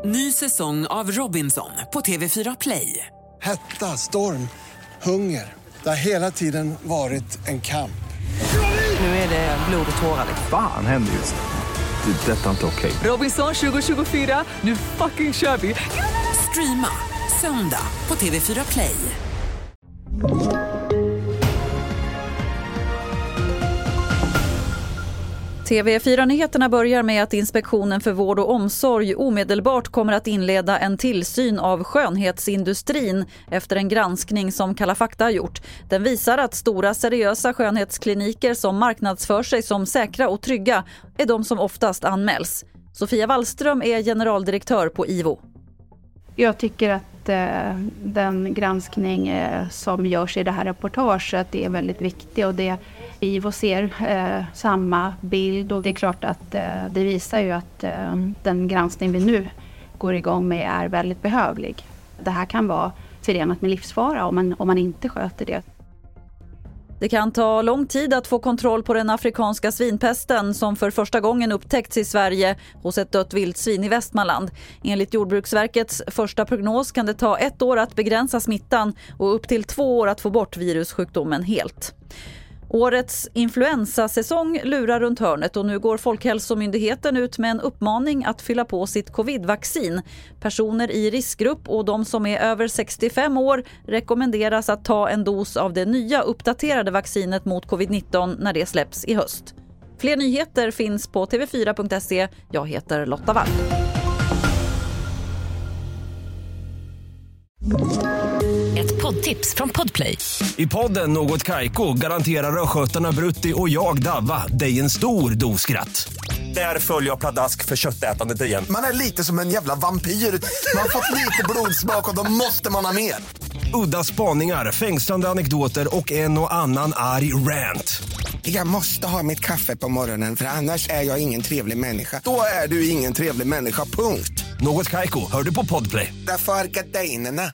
Ny säsong av Robinson på TV4 Play. Hetta, storm, hunger. Det har hela tiden varit en kamp. Nu är det blod och tårar. Fan händer just nu. Det. Detta är inte okej. Robinson 2024, nu fucking kör vi. Streama söndag på TV4 Play. TV4-nyheterna börjar med att Inspektionen för vård och omsorg omedelbart kommer att inleda en tillsyn av skönhetsindustrin efter en granskning som Kalla fakta har gjort. Den visar att stora seriösa skönhetskliniker som marknadsför sig som säkra och trygga är de som oftast anmäls. Sofia Wallström är generaldirektör på IVO. Jag tycker att den granskning som görs i det här reportaget är väldigt viktig, och det IVO ser samma bild, och det är klart att det visar ju att den granskning vi nu går igång med är väldigt behövlig. Det här kan vara förenat med livsfara om man inte sköter det. Det kan ta lång tid att få kontroll på den afrikanska svinpesten som för första gången upptäckts i Sverige hos ett dött vildsvin i Västmanland. Enligt Jordbruksverkets första prognos kan det ta 1 år att begränsa smittan och upp till 2 år att få bort virussjukdomen helt. Årets influensasäsong lurar runt hörnet och nu går Folkhälsomyndigheten ut med en uppmaning att fylla på sitt covid-vaccin. Personer i riskgrupp och de som är över 65 år rekommenderas att ta en dos av det nya uppdaterade vaccinet mot covid-19 när det släpps i höst. Fler nyheter finns på tv4.se. Jag heter Lotta Wall. Ett poddtips från Podplay. I podden Något Kaiko garanterar röskötarna Brutti och jag Davva dig en stor doskratt. Där följer jag pladask för köttätandet igen. Man är lite som en jävla vampyr. Man har fått lite blodsmak och då måste man ha mer. Udda spaningar, fängslande anekdoter och en och annan arg rant. Jag måste ha mitt kaffe på morgonen, för annars är jag ingen trevlig människa. Då är du ingen trevlig människa, punkt. Något Kaiko, hör du på Podplay. Därför är gardinerna.